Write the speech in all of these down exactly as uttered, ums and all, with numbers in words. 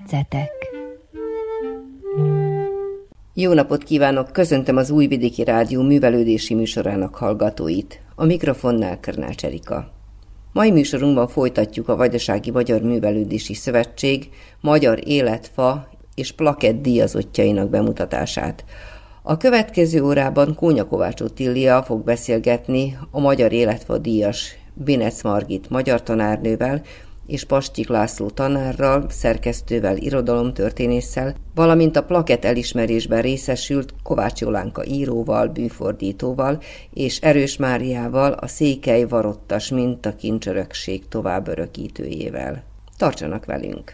Jegyzetek. Jó napot kívánok, köszöntöm az Újvidéki Rádió művelődési műsorának hallgatóit. A mikrofonnál Körnács Erika. Mai műsorunkban folytatjuk a Vajdasági Magyar Művelődési Szövetség magyar életfa és plakett díjazottjainak bemutatását. A következő órában Kónya Kovács Otília fog beszélgetni a Magyar Életfa díjas Binec Margit magyar tanárnővel és Pastyik László tanárral, szerkesztővel, irodalomtörténésszel, valamint a plakett elismerésben részesült Kovács Jolánka íróval, bűfordítóval és Erős Máriával, a Székely Varottas mintakincsörökség tovább örökítőjével. Tartsanak velünk!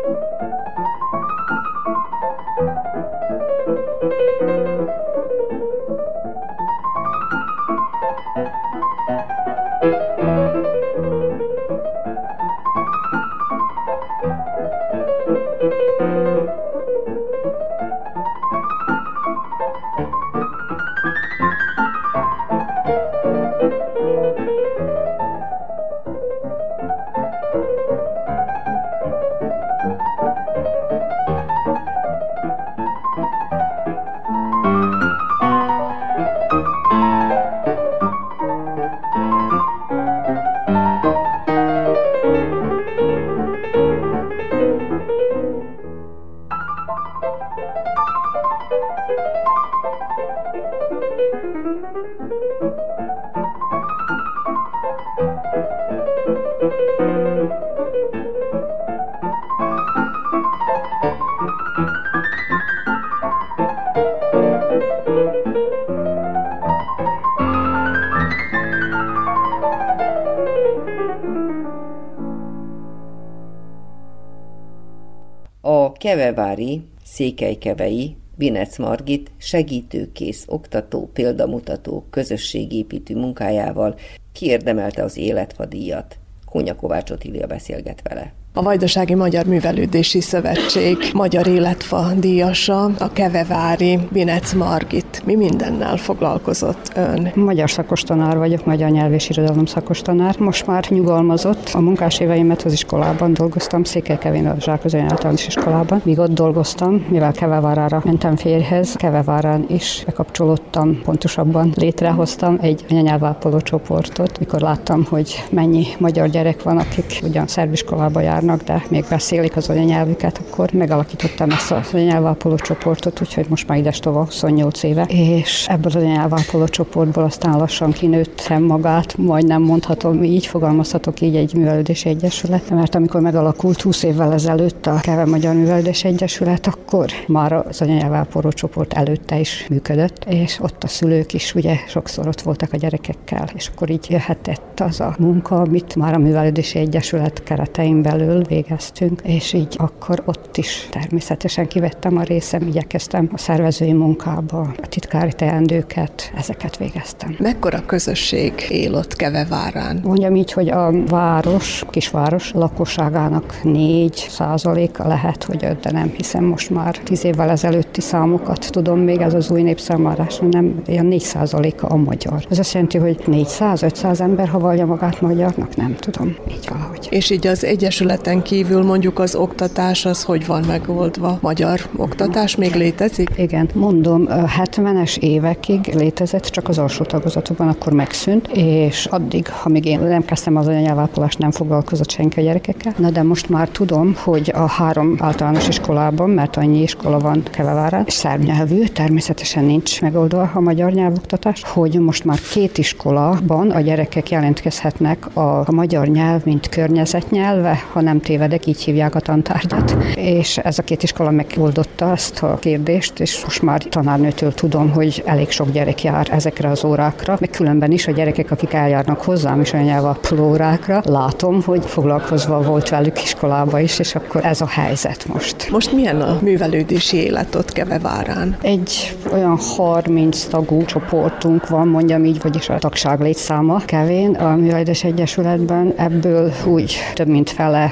A kevevári, székelykevei Binec Margit segítőkész, oktató, példamutató, közösségépítő munkájával kiérdemelte az életfa díjat. Kónya Kovács Otília beszélget vele. A Vajdasági Magyar Művelődési Szövetség magyar életfa díjasa, a kevevári Binec Margit. Mi mindennel foglalkozott ön? Magyar szakostanár vagyok, magyar nyelv és irodalom szakostanár. Most már nyugalmazott. A munkás éveimet az iskolában dolgoztam, Székelykevén a Zsákozai Általános Iskolában. Míg ott dolgoztam, mivel Kevevárára mentem férjhez, Kevevárán is bekapcsolódtam, pontosabban létrehoztam egy anyanyelvápoló csoportot, mikor láttam, hogy mennyi magyar gyerek van, akik ugyan szerbiskolába jár, de még beszélik az anyanyelvüket, akkor megalakítottam ezt az anyanyelvápoló csoportot, úgyhogy most már idestova huszonnyolc éve. És ebből az anyanyelvápoló csoportból aztán lassan kinőttem magát, majdnem mondhatom, így fogalmazhatok így egy művelődési egyesület, mert amikor megalakult húsz évvel ezelőtt a Keve Magyar Művelődési Egyesület, akkor már az anyanyelvápoló csoport előtte is működött, és ott a szülők is ugye sokszor ott voltak a gyerekekkel, és akkor így jöhetett az a munka, amit már a Művelődési Egyesület keretein belül végeztünk, és így akkor ott is természetesen kivettem a részem, igyekeztem a szervezői munkába, a titkári teendőket, ezeket végeztem. Mekkora közösség él ott Kevevárán? Mondjam így, hogy a város, kisváros lakosságának négy százaléka lehet, hogy öt, de nem hiszem, most már tíz évvel ezelőtti számokat tudom, még ez az új népszámlálás, nem, ilyen négy százaléka a magyar. Ez azt jelenti, hogy négyszáz-ötszáz ember, ha vallja magát magyarnak, nem tudom, így valahogy. És így az egyesületen kívül mondjuk az oktatás, az hogy van megoldva? Magyar oktatás még létezik? Igen, mondom, hetvenes évekig létezett, csak az alsó tagozatokban akkor megszűnt, és addig, amíg én nem kezdtem az anyanyelvápolást, nem foglalkozott senki a gyerekekkel. Na de most már tudom, hogy a három általános iskolában, mert annyi iskola van Kevevárán, szerb nyelvű, természetesen nincs megoldva a magyar nyelvoktatás, hogy most már két iskolában a gyerekek jelentkezhetnek a, a magyar nyelv, mint környezetnyelve, ha nem tévedek, így hívják a tantárgyat. És ez a két iskola megoldotta ezt a kérdést, és most már tanárnőtől tudom, hogy elég sok gyerek jár ezekre az órákra, meg különben is a gyerekek, akik eljárnak hozzám is anyanyelvápoló órákra, látom, hogy foglalkozva volt velük iskolába is, és akkor ez a helyzet most. Most milyen a művelődési élet ott Kevevárán? Egy olyan harminc tagú csoportunk van, mondjam így, vagyis a tagság létszáma Kevén, a Művelődési Egyesületben, ebből úgy több mint fele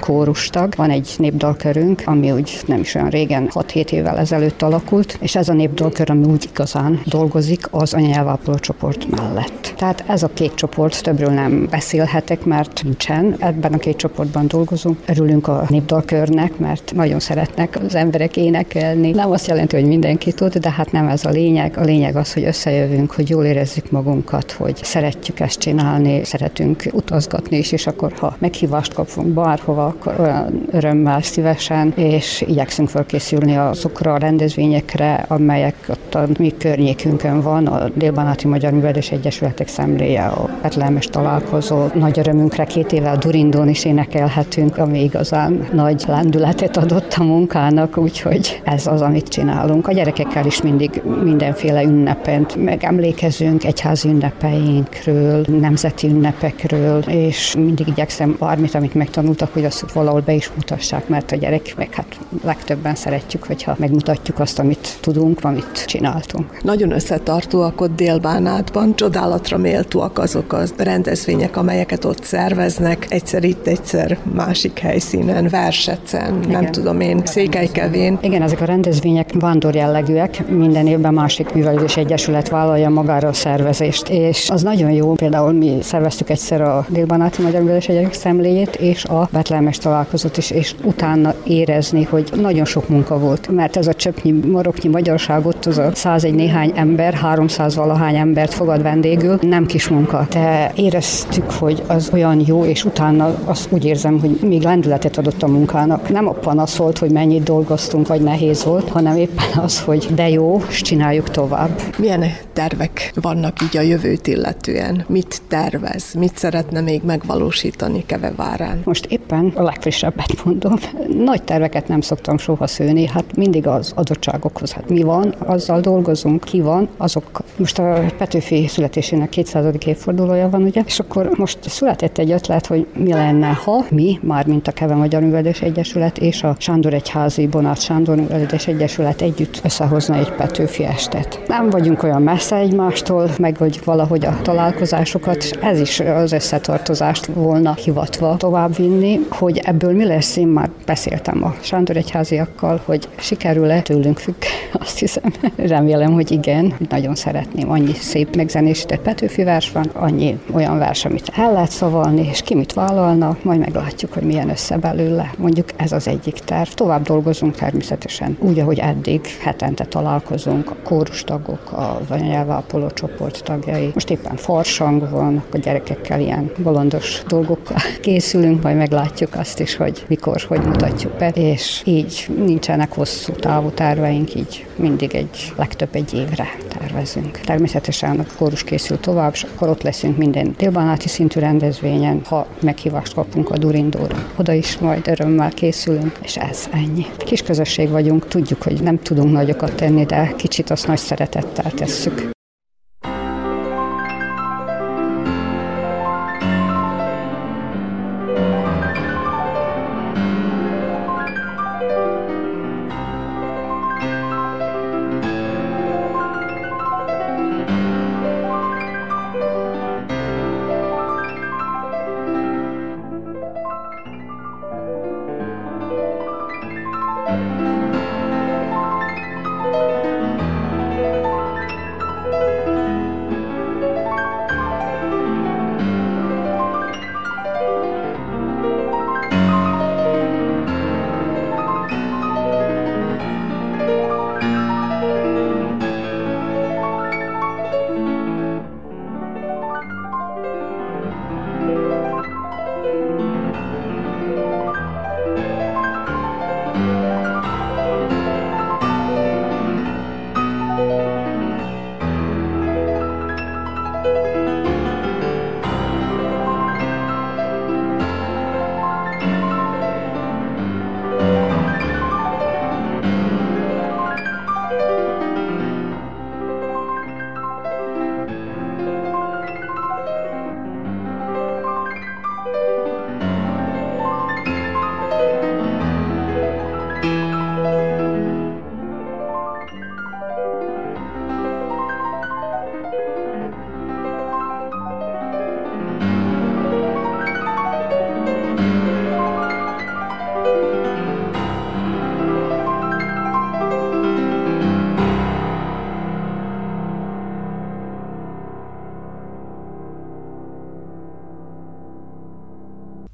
kórustag. Van egy népdalkörünk, ami úgy nem is olyan régen, hat-hét évvel ezelőtt alakult, és ez a népdalkör, ami úgy igazán dolgozik az anyanyelvápoló csoport mellett. Tehát ez a két csoport, többről nem beszélhetek, mert nincsen. Ebben a két csoportban dolgozunk. Örülünk a népdalkörnek, mert nagyon szeretnek az emberek énekelni. Nem azt jelenti, hogy mindenki tud, de hát nem ez a lényeg. A lényeg az, hogy összejövünk, hogy jól érezzük magunkat, hogy szeretjük ezt csinálni, szeretünk utazgatni is, és akkor ha meghívást kapunk bárhova, akkor olyan örömmel, szívesen, és igyekszünk felkészülni azokra a rendezvényekre, amelyek ott a mi környékünkön van, a Dél-Banáti Magyar Művelődési Egyesületek Szemléje, a betlehemes találkozó. Nagy örömünkre két évvel Durindón is énekelhetünk, ami igazán nagy lendületet adott a munkának, úgyhogy ez az, amit csinálunk. A gyerekekkel is mindig mindenféle ünnepent megemlékezünk, egyházi ünnepeinkről, nemzeti ünnepekről, és mindig igyekszem bármit, amit megtanultak, hogy azt valahol be is mutassák, mert a gyerek meg hát legtöbben szeretjük, hogyha megmutatjuk azt, amit tudunk, amit csináltunk. Nagyon összetartóak ott Dél-Bánátban, csodálatra méltóak azok a rendezvények, amelyeket ott szerveznek, egyszer itt, egyszer másik helyszínen, Versecen, igen, nem tudom én, Székelykevén. Igen, ezek a rendezvények vándorjellegűek, minden évben másik művelődési egyesület vállalja magára a szervezést, és az nagyon jó, például mi szerveztük egyszer a Dél-Banáti Magyar Művelődési Egyesület Szemléjét és a betlehemes találkozót is, és utána érezni, hogy nagyon sok munka volt, mert ez a csöpnyi, maroknyi magyarságot, az a százegy néhány ember, háromszáz valahány embert fogad vendégül, nem kis munka. De éreztük, hogy az olyan jó, és utána azt úgy érzem, hogy még lendületet adott a munkának. Nem a panasz volt, hogy mennyit dolgoztunk, vagy nehéz volt, hanem éppen az, hogy de jó, és csináljuk tovább. Milyen tervek vannak így a jövőt illetően? Mit tervez? Mit szeretne még megvalósítani Kevevárán? Most éppen a legfrissebbet mondom. Nagy terveket nem szoktam soha szőni, hát mindig az adottságokhoz. Hát mi van, azzal dolgozunk, ki van, azok. Most a Petőfi születésének kétszázadik évfordulója van, ugye? És akkor most született egy ötlet, hogy mi lenne, ha mi, már mint a Keve Magyar Művelődési Egyesület és a Sándor Egyházi Bonát Sándor Művelődési Egyesület együtt összehozna egy Petőfi estet. Nem vagyunk olyan messze egymástól, meg hogy valahogy a találkozásokat, és ez is az összetartozást volna hivatva továbbvinni, hogy ebből mi lesz, én már beszéltem a Sándor Egyháziakkal, hogy sikerül-e, tőlünk függ, azt hiszem. Remélem, hogy igen, nagyon szeretném. Annyi szép megzenésített Petőfi vers van, annyi olyan vers, amit el lehet szavalni, és ki mit vállalna, majd meglátjuk, hogy milyen össze belőle. Mondjuk ez az egyik terv. Tovább dolgozunk természetesen, úgy, ahogy eddig hetente találkozunk, a kórustagok, az anyanyelvápoló csoport tagjai. Most éppen farsang van, a gyerekekkel ilyen bolondos dolgokkal készülünk, majd meglátjuk azt is, hogy mikor, hogy mutatjuk be, és így nincsenek hosszú távú terveink, így mindig egy, legtöbb egy évre tervezünk. Természetesen a kórus készül tovább, és akkor ott leszünk minden délbanáti szintű rendezvényen, ha meghívást kapunk a Durindóra. Oda is majd örömmel készülünk, és ez ennyi. Kis közösség vagyunk, tudjuk, hogy nem tudunk nagyokat tenni, de kicsit azt nagy szeretettel tesszük.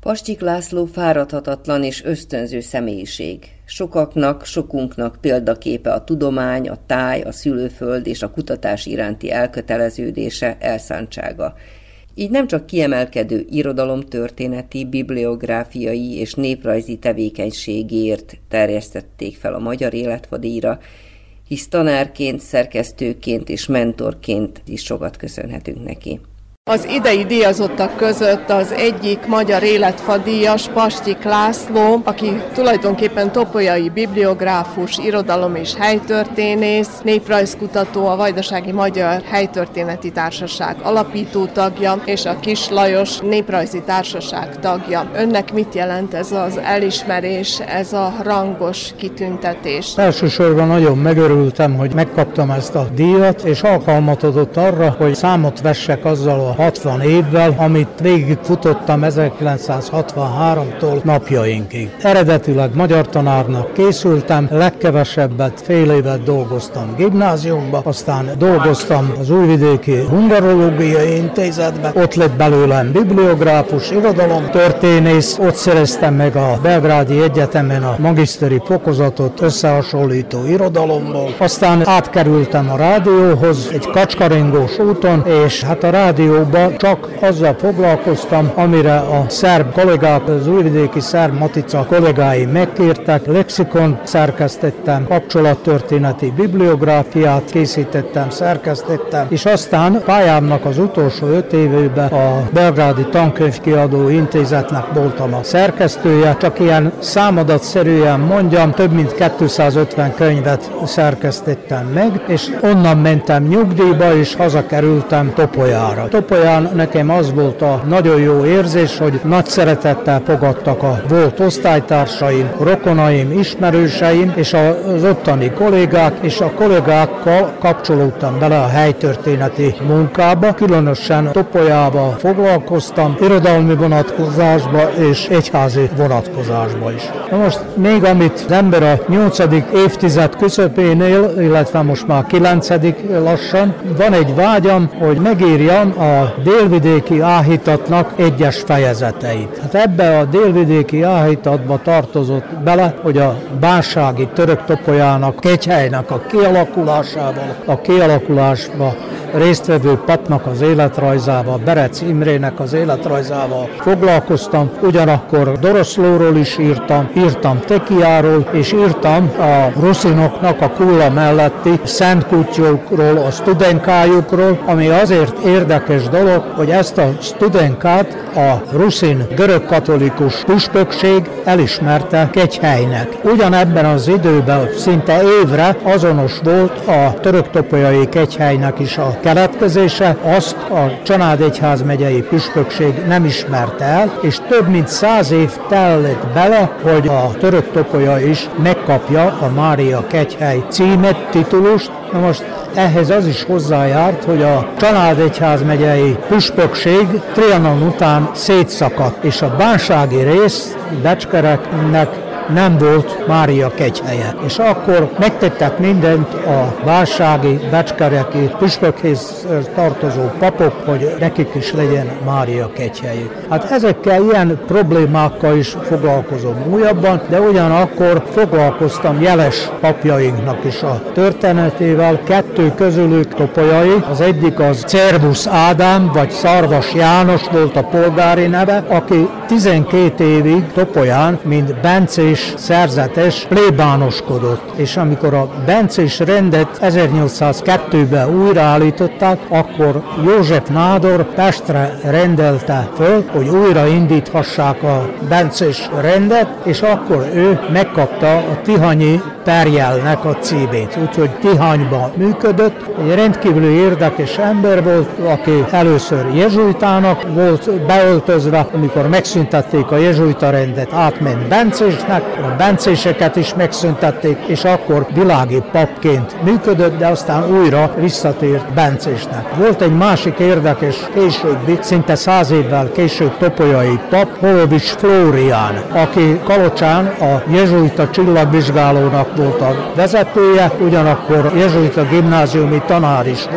Pascsik László fáradhatatlan és ösztönző személyiség. Sokaknak, sokunknak példaképe a tudomány, a táj, a szülőföld és a kutatás iránti elköteleződése, elszántsága. Így nem csak kiemelkedő irodalomtörténeti, bibliográfiai és néprajzi tevékenységért terjesztették fel a Magyar Életfa-díjra, hisz tanárként, szerkesztőként és mentorként is sokat köszönhetünk neki. Az idei díjazottak között az egyik Magyar Életfa-díjas Pascsik László, aki tulajdonképpen topolyai bibliográfus, irodalom- és helytörténész, néprajzkutató, a Vajdasági Magyar Helytörténeti Társaság alapító tagja, és a Kis Lajos Néprajzi Társaság tagja. Önnek mit jelent ez az elismerés, ez a rangos kitüntetés? Elsősorban nagyon megörültem, hogy megkaptam ezt a díjat, és alkalmat adott arra, hogy számot vessek azzal a hatvan évvel, amit végigfutottam ezerkilencszázhatvanháromtól napjainkig. Eredetileg magyar tanárnak készültem, legkevesebbet fél évet dolgoztam gimnáziumba, aztán dolgoztam az Újvidéki Hungarológiai Intézetben, ott lett belőlem bibliográfus, irodalomtörténész, ott szereztem meg a Belgrádi Egyetemen a magiszteri fokozatot összehasonlító irodalomból, aztán átkerültem a rádióhoz egy kacskaringós úton, és hát a rádió csak azzal foglalkoztam, amire a szerb kollégák, az újvidéki szerb matica kollégái megkértek. Lexikon szerkesztettem, kapcsolattörténeti bibliográfiát készítettem, szerkesztettem, és aztán pályámnak az utolsó öt évében a Belgrádi Tankönyvkiadó Intézetnek voltam a szerkesztője, csak ilyen számadatszerűen mondjam, több mint kétszázötven könyvet szerkesztettem meg, és onnan mentem nyugdíjba, és hazakerültem Topolyára. Topolyán nekem az volt a nagyon jó érzés, hogy nagy szeretettel fogadtak a volt osztálytársaim, rokonaim, ismerőseim, és az ottani kollégák, és a kollégákkal kapcsolódtam bele a helytörténeti munkába, különösen Topolyával foglalkoztam, irodalmi vonatkozásba és egyházi vonatkozásba is. Na most még amit az ember a nyolcadik évtized közepénél, illetve most már kilencedik lassan, van egy vágyam, hogy megírjam a délvidéki áhítatnak egyes fejezeteit. Hát ebbe a délvidéki áhítatba tartozott bele, hogy a bánsági török Topolyának, Kegyhelynek a kialakulásával, a kialakulásba résztvevő papnak az életrajzával, Berec Imrének az életrajzával foglalkoztam, ugyanakkor Doroszlóról is írtam, írtam Tekiáról, és írtam a ruszinoknak a Kulla melletti szentkutyókról, a Studenkájukról, ami azért érdekes dolog, hogy ezt a Studenkát a ruszin görögkatolikus püspökség elismerte Kegyhelynek. Ugyanebben az időben szinte évre azonos volt a töröktopolyai Kegyhelynek is a keletkezése, azt a Csanád egyházmegyei püspökség nem ismerte el, és több mint száz év tellett bele, hogy a Töröktopolya is megkapja a Mária Kegyhely címet, titulust. Na most ehhez az is hozzájárt, hogy a Csanád egyházmegyei püspökség Trianon után szétszakadt, és a bánsági rész Becskereknek nem volt Mária Kegyhelye. És akkor megtettek mindent a bánsági, becskereki püspökhez tartozó papok, hogy nekik is legyen Mária Kegyhelyük. Hát ezekkel ilyen problémákkal is foglalkozom újabban, de ugyanakkor foglalkoztam jeles papjainknak is a történetével. Kettő közülük topolyai, az egyik az Cervusz Ádám, vagy Szarvas János volt a polgári neve, aki tizenkét évig Topolyán, mint bencés szerzetes plébánoskodott, és amikor a bencés rendet ezernyolcszázkettőben újraállították, akkor József nádor Pestre rendelte föl, hogy újraindíthassák a bencés rendet, és akkor ő megkapta a tihanyi perjelnek a címét, úgyhogy Tihanyban működött. Egy rendkívül érdekes ember volt, aki először jezsuitának volt beöltözve, amikor megszüntették a jezsuita rendet, átment bencésnek, a bencéseket is megszüntették, és akkor világi papként működött, de aztán újra visszatért bencésnek. Volt egy másik érdekes későbbi, szinte száz évvel később topolyai pap, Holovics Flórián, aki Kalocsán a jezsuita csillagvizsgálónak volt a vezetője, ugyanakkor jezsuita gimnáziumi tanár is volt,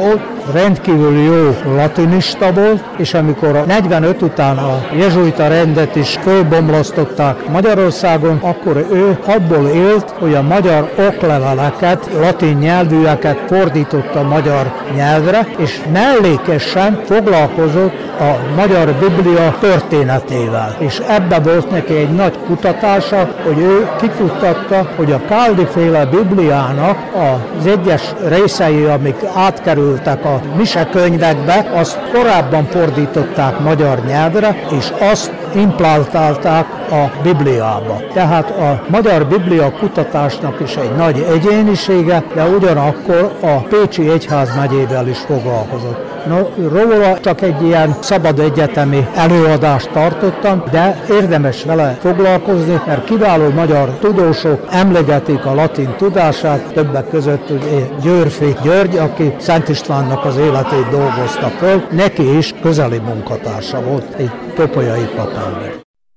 rendkívül jó latinista volt, és amikor a negyvenöt után a jezsuita rendet is fölbomlasztották Magyarországon, akkor ő abból élt, hogy a magyar okleveleket, latin nyelvűeket fordította magyar nyelvre, és mellékesen foglalkozott a magyar Biblia történetével. És ebbe volt neki egy nagy kutatása, hogy ő kikutatta, hogy a Caldi-féle Bibliának az egyes részei, amik átkerültek a mise könyvekbe, azt korábban fordították magyar nyelvre, és azt implantálták a Bibliába. Tehát a magyar Biblia kutatásnak is egy nagy egyénisége, de ugyanakkor a Pécsi Egyházmegyével is foglalkozott. No, róla csak egy ilyen szabad egyetemi előadást tartottam, de érdemes vele foglalkozni, mert kiváló magyar tudósok emlegetik a latin tudását, többek között Győrfi György, aki Szent Istvánnak az életét dolgozta föl, neki is közeli munkatársa volt, egy topolyai papember.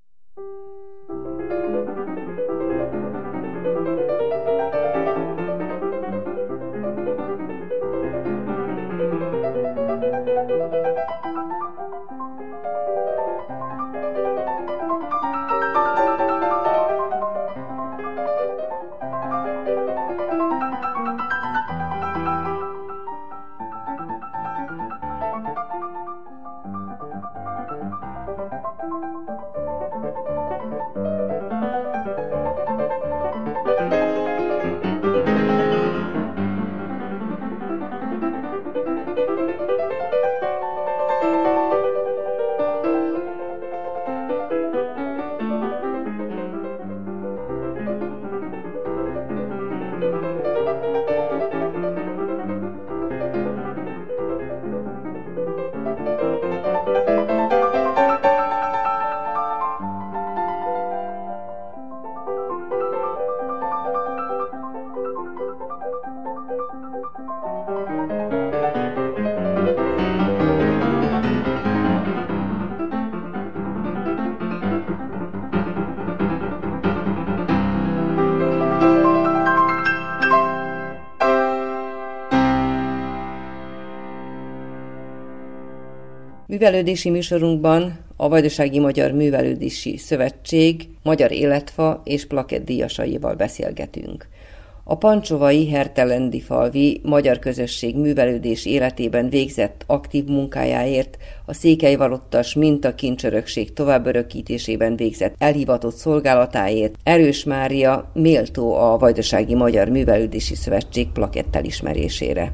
Művelődési műsorunkban a Vajdasági Magyar Művelődési Szövetség Magyar Életfa és plakett díjasaival beszélgetünk. A pancsovai hertelendifalvi magyar közösség művelődés életében végzett aktív munkájáért, a székelyvalottas mintakincsörökség továbbörökítésében végzett elhivatott szolgálatáért Erős Mária méltó a Vajdasági Magyar Művelődési Szövetség plakett elismerésére.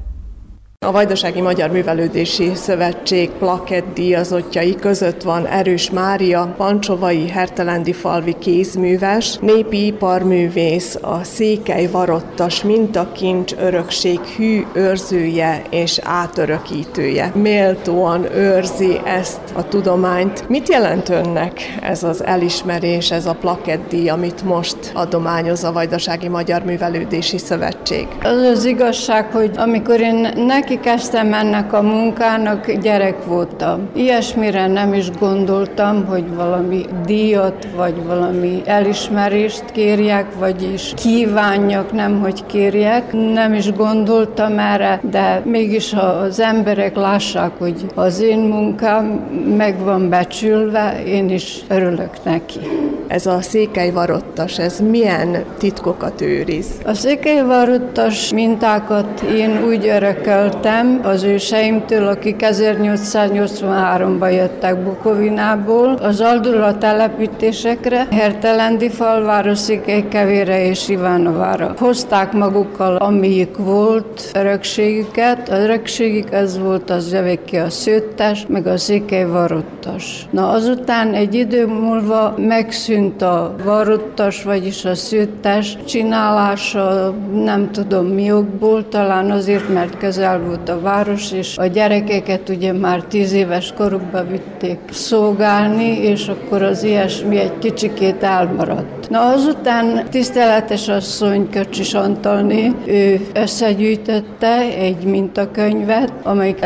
A Vajdasági Magyar Művelődési Szövetség plakett díjazottjai között van Erős Mária, pancsovai hertelendifalvi kézműves, népi iparművész, a székelyvarottas mintakincs örökség hű őrzője és átörökítője. Méltóan őrzi ezt a tudományt. Mit jelent önnek ez az elismerés, ez a plakett díj, amit most adományoz a Vajdasági Magyar Művelődési Szövetség? Az az igazság, hogy amikor én neki kezdtem ennek a munkának, gyerek voltam. Ilyesmire nem is gondoltam, hogy valami díjat, vagy valami elismerést kérjek, vagyis kívánjak, nem hogy kérjek. Nem is gondoltam erre, de mégis ha az emberek lássák, hogy az én munkám meg van becsülve, én is örülök neki. Ez a székelyvarottas, ez milyen titkokat őriz? A székelyvarottas mintákat én úgy örököltem az őseimtől, akik ezernyolcszáznyolcvanháromban jöttek Bukovinából az Aldula telepítésekre, Hertelendifalvára, Székelykevérre és Ivánovára. Hozták magukkal, amiük volt örökségüket. Az örökségük ez volt az jövéki a szőttes, meg a székelyvarottas. Na azután egy idő múlva megszűnt a varottas, vagyis a szőttes csinálása, nem tudom mi okból, talán azért, mert közel volt a város, és a gyerekeket ugye már tíz éves korukba vitték szolgálni, és akkor az ilyesmi egy kicsikét elmaradt. Na azután tiszteletes asszony Köcsis Antalné, ő összegyűjtötte egy mintakönyvet, amelyik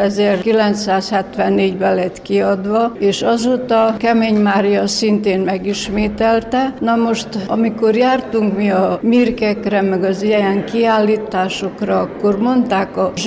ezerkilencszázhetvennégyben lett kiadva, és azóta Kemény Mária szintén megismételte. Na most, amikor jártunk mi a mirkekre, meg az ilyen kiállításokra, akkor mondták a zsűritagok,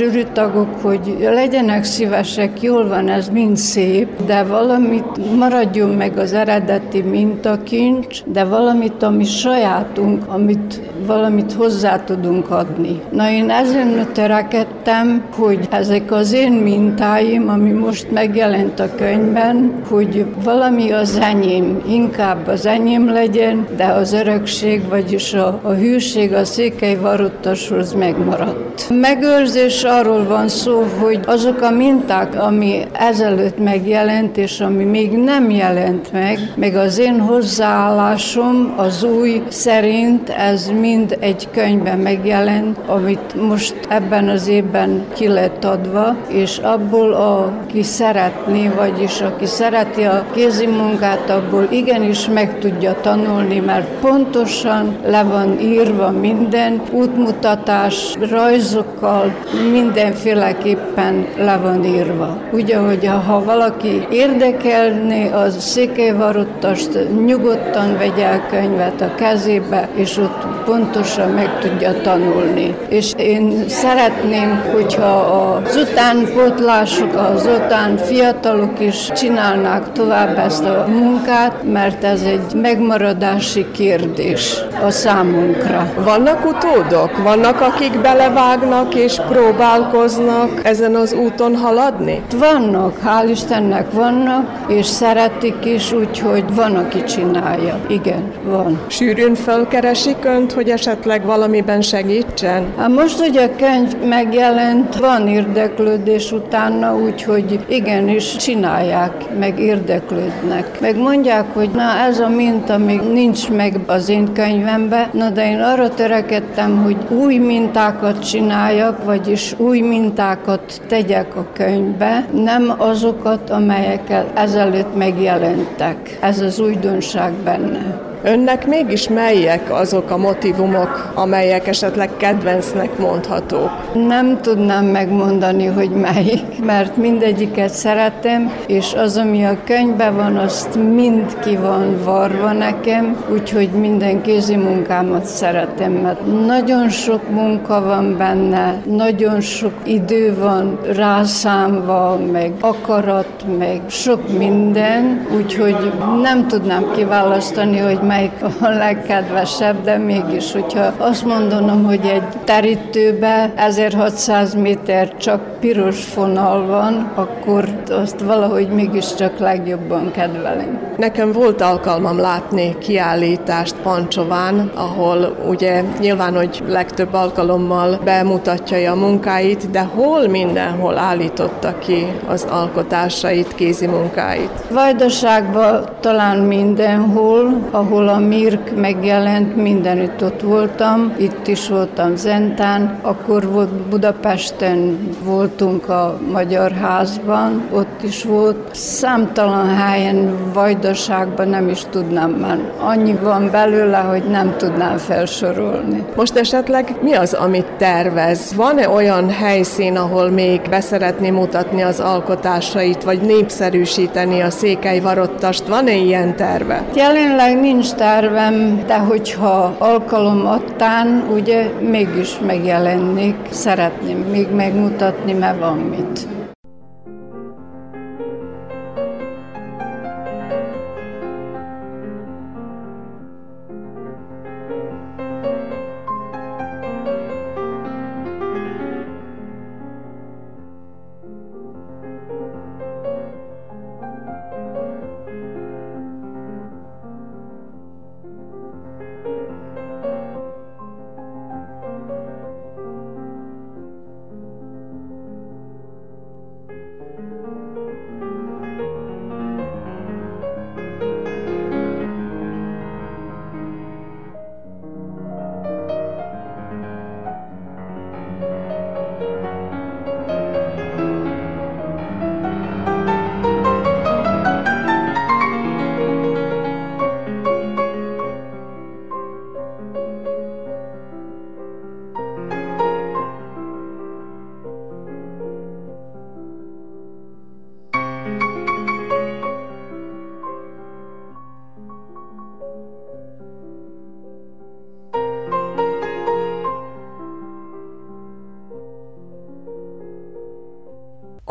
családtagok, hogy legyenek szívesek, jól van, ez mind szép, de valamit maradjon meg az eredeti mintakincs, de valamit, ami sajátunk, amit valamit hozzá tudunk adni. Na én ezen törekedtem, hogy ezek az én mintáim, ami most megjelent a könyvben, hogy valami az enyém, inkább az enyém legyen, de az örökség, vagyis a, a hűség a Székely Varottashoz megmaradt. Megőrzés arról van szó, hogy azok a minták, ami ezelőtt megjelent, és ami még nem jelent meg, meg az én hozzáállásom az új szerint, ez mind egy könyvben megjelent, amit most ebben az évben ki lett adva, és abból, aki szeretné, vagyis aki szereti a kézimunkát, abból igenis meg tudja tanulni, mert pontosan le van írva minden, útmutatás, rajzokkal, mindenféleképpen le van írva. Úgy, ahogy ha valaki érdekelné a Székely Varottast, nyugodtan vegye a könyvet a kezébe, és ott pontosan meg tudja tanulni. És én szeretném, hogyha az utánpótlások, az után fiatalok is csinálnák tovább ezt a munkát, mert ez egy megmaradási kérdés a számunkra. Vannak utódok? Vannak, akik belevágnak és próbálkoznak ezen az úton haladni? Vannak, hál' Istennek vannak, és szeretik is, úgyhogy van, aki csinálja. Igen, van. Sűrűn fölkeresik önt, hogy esetleg valamiben segítsen? Hát most, hogy a könyv megjelent, van érdeklődés utána, úgyhogy igenis csinálják, meg érdeklődnek. Meg mondják, hogy na ez a minta még nincs meg az én könyvemben, na de én arra törekedtem, hogy új mintákat csináljak, vagyis új mintákat tegyek a könyvbe, nem azokat, amelyek ezelőtt megjelentek. Ez az újdonság benne. Önnek mégis melyek azok a motívumok, amelyek esetleg kedvencnek mondhatók? Nem tudnám megmondani, hogy melyik, mert mindegyiket szeretem, és az, ami a könyvben van, azt mind ki van varva nekem, úgyhogy minden kézi munkámat szeretem, mert nagyon sok munka van benne, nagyon sok idő van rászámva, meg akarat, meg sok minden, úgyhogy nem tudnám kiválasztani, hogy melyik a legkedvesebb, de mégis, hogyha azt mondanom, hogy egy terítőbe ezerhatszáz méter csak piros fonal van, akkor azt valahogy mégiscsak legjobban kedvelem. Nekem volt alkalmam látni kiállítást Pancsován, ahol ugye nyilván, hogy legtöbb alkalommal bemutatja a munkáit, de hol mindenhol állította ki az alkotásait, kézi munkáit? Vajdaságban talán mindenhol, ahol a Mirk megjelent, mindenütt ott voltam, itt is voltam Zentán, akkor volt Budapesten, voltunk a Magyar Házban, ott is volt. Számtalan helyen Vajdaságban nem is tudnám már. Annyi van belőle, hogy nem tudnám felsorolni. Most esetleg mi az, amit tervez? Van-e olyan helyszín, ahol még beszeretné mutatni az alkotásait, vagy népszerűsíteni a Székely Varottast? Van-e ilyen terve? Jelenleg nincs tervem, de hogyha alkalom adtán, ugye mégis megjelennék. Szeretném még megmutatni, mert van mit.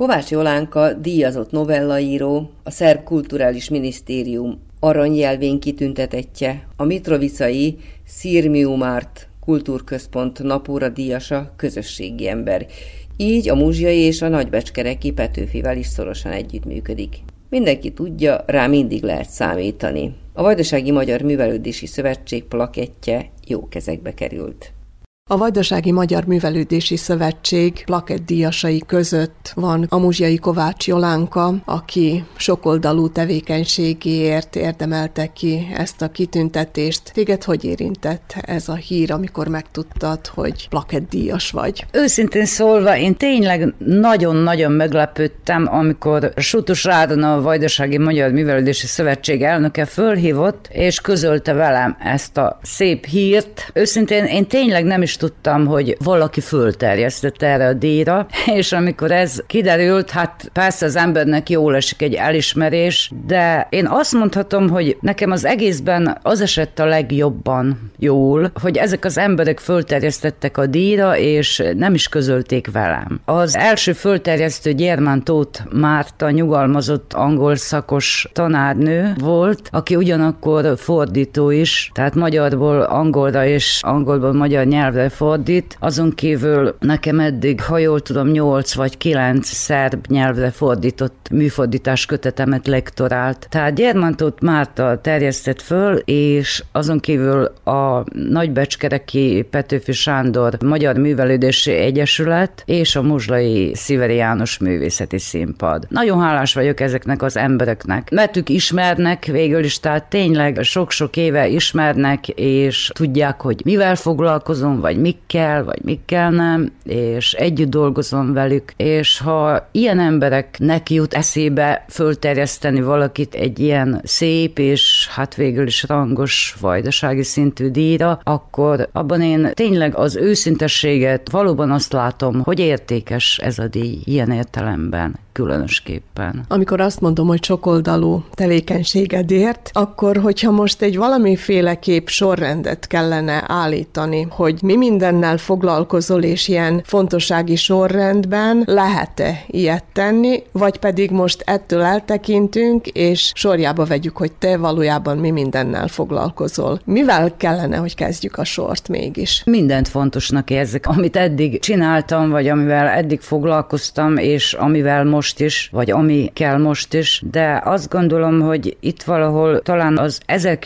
Kovács Jolánka díjazott novellaíró, a Szerb Kulturális Minisztérium aranyjelvén kitüntetettje, a mitrovicai Sirmiumart Kultúrközpont napóra díjasa, közösségi ember. Így a muzsiai és a nagybecskereki Petőfivel is szorosan együttműködik. Mindenki tudja, rá mindig lehet számítani. A Vajdasági Magyar Művelődési Szövetség plakettje jó kezekbe került. A Vajdasági Magyar Művelődési Szövetség plakettdíjasai között van a muzsiai Kovács Jolánka, aki sokoldalú tevékenységéért érdemelte ki ezt a kitüntetést. Téged hogy érintett ez a hír, amikor megtudtad, hogy plakettdíjas vagy? Őszintén szólva, én tényleg nagyon-nagyon meglepődtem, amikor Sutus Rádon, a Vajdasági Magyar Művelődési Szövetség elnöke fölhívott, és közölte velem ezt a szép hírt. Őszintén én tényleg nem is tudtam, hogy valaki fölterjesztett erre a díjra, és amikor ez kiderült, hát persze az embernek jól esik egy elismerés, de én azt mondhatom, hogy nekem az egészben az esett a legjobban jól, hogy ezek az emberek fölterjesztettek a díjra, és nem is közölték velem. Az első fölterjesztő Gyermán Tóth Márta nyugalmazott angol szakos tanárnő volt, aki ugyanakkor fordító is, tehát magyarból angolra és angolból magyar nyelvre fordít. Azon kívül nekem eddig, ha jól tudom, nyolc vagy kilenc szerb nyelvre fordított műfordítás kötetemet lektorált. Tehát Gyermán Tóth Márta terjesztett föl, és azon kívül a Nagybecskereki Petőfi Sándor Magyar Művelődési Egyesület és a Muzslai Sziveri János Művészeti Színpad. Nagyon hálás vagyok ezeknek az embereknek, mert ők ismernek végül is, tehát tényleg sok-sok éve ismernek, és tudják, hogy mivel foglalkozom, vagy mikkel, vagy mikkel nem, és együtt dolgozom velük, és ha ilyen embereknek jut eszébe fölterjeszteni valakit egy ilyen szép, és hát végül is rangos vajdasági szintű díjra, akkor abban én tényleg az őszintességet, valóban azt látom, hogy értékes ez a díj ilyen értelemben. Különösképpen. Amikor azt mondom, hogy sokoldalú tevékenységedért, akkor hogyha most egy valamiféleképp sorrendet kellene állítani, hogy mi mindennel foglalkozol, és ilyen fontossági sorrendben lehet-e ilyet tenni, vagy pedig most ettől eltekintünk, és sorjába vegyük, hogy te valójában mi mindennel foglalkozol. Mivel kellene, hogy kezdjük a sort mégis? Mindent fontosnak érzek, amit eddig csináltam, vagy amivel eddig foglalkoztam, és amivel most most is, vagy ami kell most is, de azt gondolom, hogy itt valahol talán az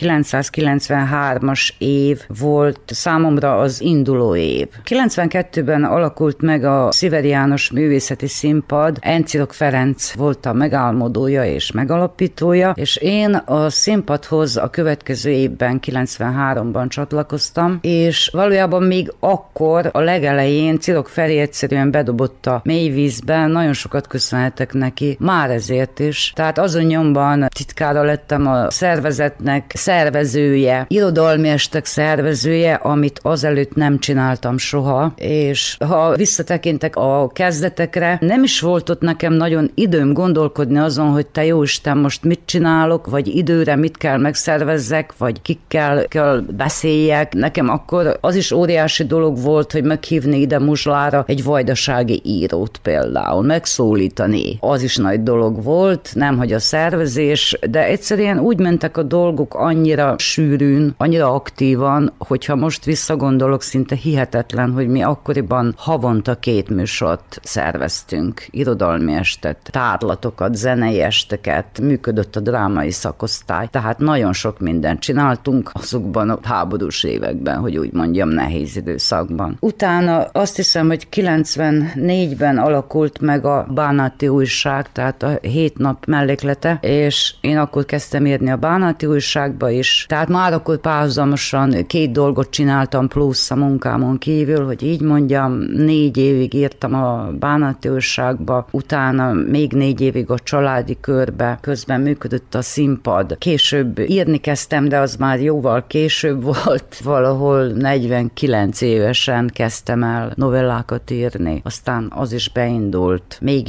ezerkilencszázkilencvenhármas év volt számomra az induló év. kilencvenkettőben alakult meg a Sziveri János Művészeti Színpad, Encirok Ferenc volt a megálmodója és megalapítója, és én a színpadhoz a következő évben, kilencvenháromban csatlakoztam, és valójában még akkor a legelején Cirok Feri egyszerűen bedobott a mélyvízbe, nagyon sokat köszönhetek neki, már ezért is. Tehát azon nyomban titkára lettem a szervezetnek, szervezője, irodalmi estek szervezője, amit azelőtt nem csináltam soha, és ha visszatekintek a kezdetekre, nem is volt ott nekem nagyon időm gondolkodni azon, hogy te jóisten, most mit csinálok, vagy időre mit kell megszervezzek, vagy kikkel kell beszéljek. Nekem akkor az is óriási dolog volt, hogy meghívni ide Muzslára egy vajdasági írót például, megszólítani. Az is nagy dolog volt, nem hogy a szervezés, de egyszerűen úgy mentek a dolgok annyira sűrűn, annyira aktívan, hogyha most visszagondolok, szinte hihetetlen, hogy mi akkoriban havonta két műsort szerveztünk, irodalmi estet, tárlatokat, zenei esteket, működött a drámai szakosztály, tehát nagyon sok mindent csináltunk azokban a háborús években, hogy úgy mondjam, nehéz időszakban. Utána azt hiszem, hogy kilencvennégyben alakult meg a Bánáti Újság, tehát a hét nap melléklete, és én akkor kezdtem írni a Bánáti Újságba is. Tehát már akkor párhuzamosan két dolgot csináltam plusz a munkámon kívül, hogy így mondjam, négy évig írtam a Bánáti Újságba, utána még négy évig a Családi Körbe, közben működött a színpad. Később írni kezdtem, de az már jóval később volt, valahol negyvenkilenc évesen kezdtem el novellákat írni, aztán az is beindult, még jóval később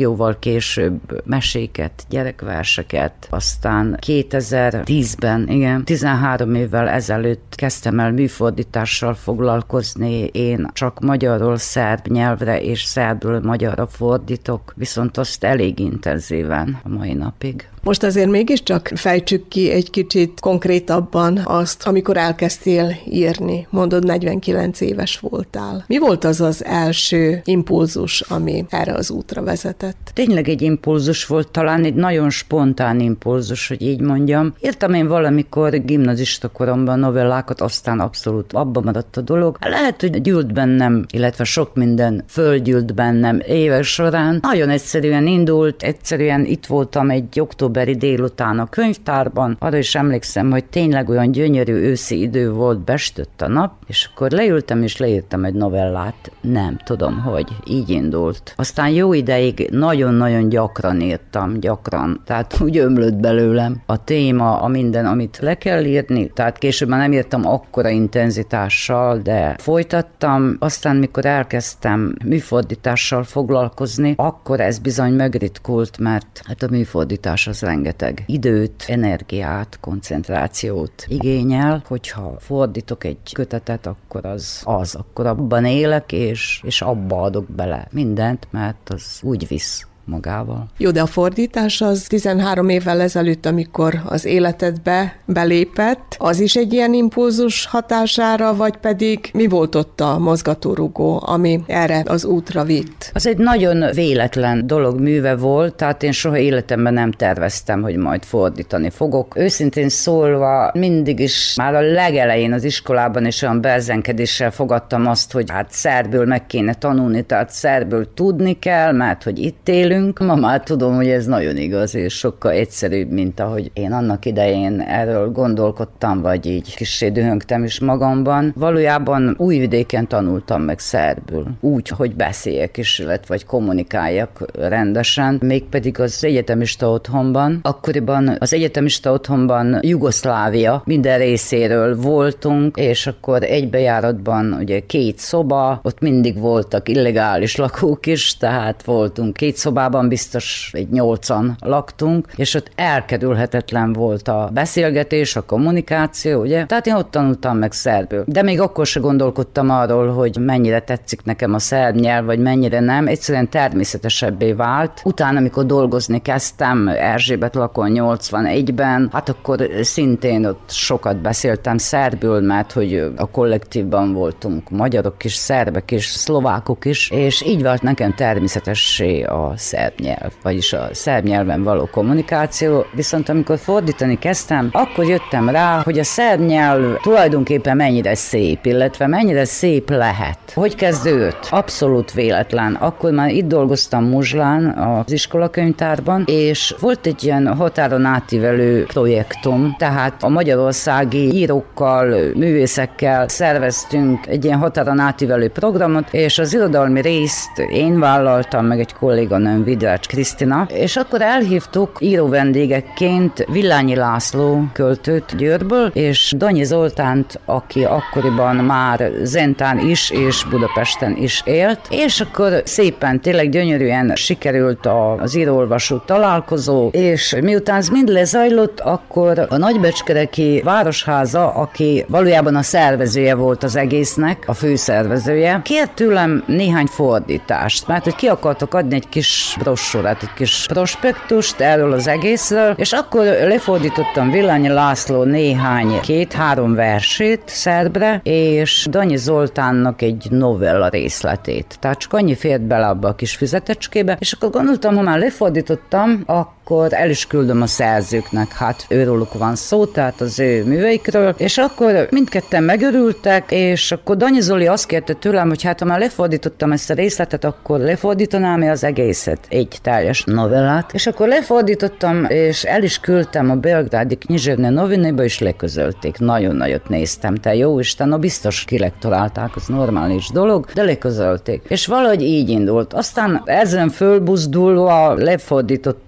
később meséket, gyerekverseket, aztán kétezer-tízben, igen, tizenhárom évvel ezelőtt kezdtem el műfordítással foglalkozni. Én csak magyarról szerb nyelvre és szerbről magyarra fordítok, viszont azt elég intenzíven a mai napig. Most azért mégiscsak fejtsük ki egy kicsit konkrétabban azt, amikor elkezdtél írni, mondod negyvenkilenc éves voltál. Mi volt az az első impulzus, ami erre az útra vezetett? Tényleg egy impulzus volt, talán egy nagyon spontán impulzus, hogy így mondjam. Írtam én valamikor gimnazista koromban novellákat, aztán abszolút abba maradt a dolog. Lehet, hogy gyűlt bennem, illetve sok minden fölgyűlt bennem évek során. Nagyon egyszerűen indult, egyszerűen itt voltam egy októberi délután a könyvtárban, arra is emlékszem, hogy tényleg olyan gyönyörű őszi idő volt, bestött a nap, és akkor leültem és leírtam egy novellát. Nem tudom, hogy így indult. Aztán jó ideig nagyon-nagyon gyakran írtam, gyakran, tehát úgy ömlött belőlem a téma, a minden, amit le kell írni, tehát később már nem írtam akkora intenzitással, de folytattam, aztán mikor elkezdtem műfordítással foglalkozni, akkor ez bizony megritkult, mert hát a műfordítás az rengeteg időt, energiát, koncentrációt igényel, hogyha fordítok egy kötetet, akkor az az, akkor abban élek, és, és abba adok bele mindent, mert az úgy visz magával. Jó, de a fordítás az tizenhárom évvel ezelőtt, amikor az életedbe belépett, az is egy ilyen impulzus hatására, vagy pedig mi volt ott a mozgatórugó, ami erre az útra vitt? Az egy nagyon véletlen dolog műve volt, tehát én soha életemben nem terveztem, hogy majd fordítani fogok. Őszintén szólva mindig is már a legelején az iskolában is olyan berzenkedéssel fogadtam azt, hogy hát szerbül meg kéne tanulni, tehát szerbül tudni kell, mert hogy itt élünk. Ma már tudom, hogy ez nagyon igaz, és sokkal egyszerűbb, mint ahogy én annak idején erről gondolkodtam, vagy így kissé dühöngtem is magamban. Valójában Újvidéken tanultam meg szerbül, úgy, hogy beszéljek is, illetve vagy kommunikáljak rendesen, mégpedig az egyetemista otthonban. Akkoriban az egyetemista otthonban Jugoszlávia minden részéről voltunk, és akkor egybejáratban ugye két szoba, ott mindig voltak illegális lakók is, tehát voltunk két szobában, biztos egy nyolcan laktunk, és ott elkerülhetetlen volt a beszélgetés, a kommunikáció, ugye? Tehát én ott tanultam meg szerbül. De még akkor se gondolkodtam arról, hogy mennyire tetszik nekem a szerb nyelv, vagy mennyire nem. Egyszerűen természetesebbé vált. Utána, amikor dolgozni kezdtem Erzsébet lakon nyolcvanegyben, hát akkor szintén ott sokat beszéltem szerbül, mert hogy a kollektívban voltunk magyarok is, szerbek is, szlovákok is, és így vált nekem természetessé a szerb nyelv, vagyis a szerb nyelven való kommunikáció, viszont amikor fordítani kezdtem, akkor jöttem rá, hogy a szerb nyelv tulajdonképpen mennyire szép, illetve mennyire szép lehet. Hogy kezdődött? Abszolút véletlen. Akkor már itt dolgoztam Muzslán, az iskolakönyvtárban, és volt egy ilyen határon átívelő projektum, tehát a magyarországi írókkal, művészekkel szerveztünk egy ilyen határon átívelő programot, és az irodalmi részt én vállaltam, meg egy kolléganőm, Vidrács Krisztina, és akkor elhívtuk író vendégekként Villányi László költőt Győrből, és Danyi Zoltánt, aki akkoriban már Zentán is, és Budapesten is élt, és akkor szépen, tényleg gyönyörűen sikerült az író-olvasó találkozó, és miután ez mind lezajlott, akkor a Nagybecskereki Városháza, aki valójában a szervezője volt az egésznek, a főszervezője, kért tőlem néhány fordítást, mert hogy ki akartak adni egy kis brosúrát, egy kis prospektust erről az egészről, és akkor lefordítottam Villányi László néhány két-három versét szerbre, és Danyi Zoltánnak egy novella részletét. Tehát csak annyi fért bele abba a kis füzetecskébe, és akkor gondoltam, ha már lefordítottam, akkor el is küldöm a szerzőknek, hát őróluk van szó, tehát az ő műveikről, és akkor mindketten megörültek, és akkor Danyi Zoli azt kérte tőlem, hogy hát ha már lefordítottam ezt a részletet, akkor lefordítanám az egészet, egy teljes novellát, és akkor lefordítottam, és el is küldtem a belgrádi Knizsevne novinéba, és leközölték. Nagyon nagyot néztem, te jó Isten, no biztos kilektorálták, az normális dolog, de leközölték. És valahogy így indult. Aztán ezen fölbuzdulva lefordítottam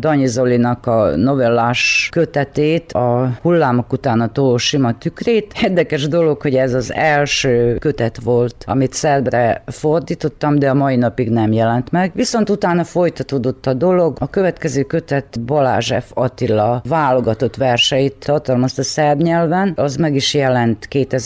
Danyi Zolinak a novellás kötetét, a Hullámok után a tó sima tükrét. Érdekes dolog, hogy ez az első kötet volt, amit szerbre fordítottam, de a mai napig nem jelent meg. Viszont utána folytatódott a dolog. A következő kötet Balázs F. Attila válogatott verseit tartalmazta szerb nyelven, az meg is jelent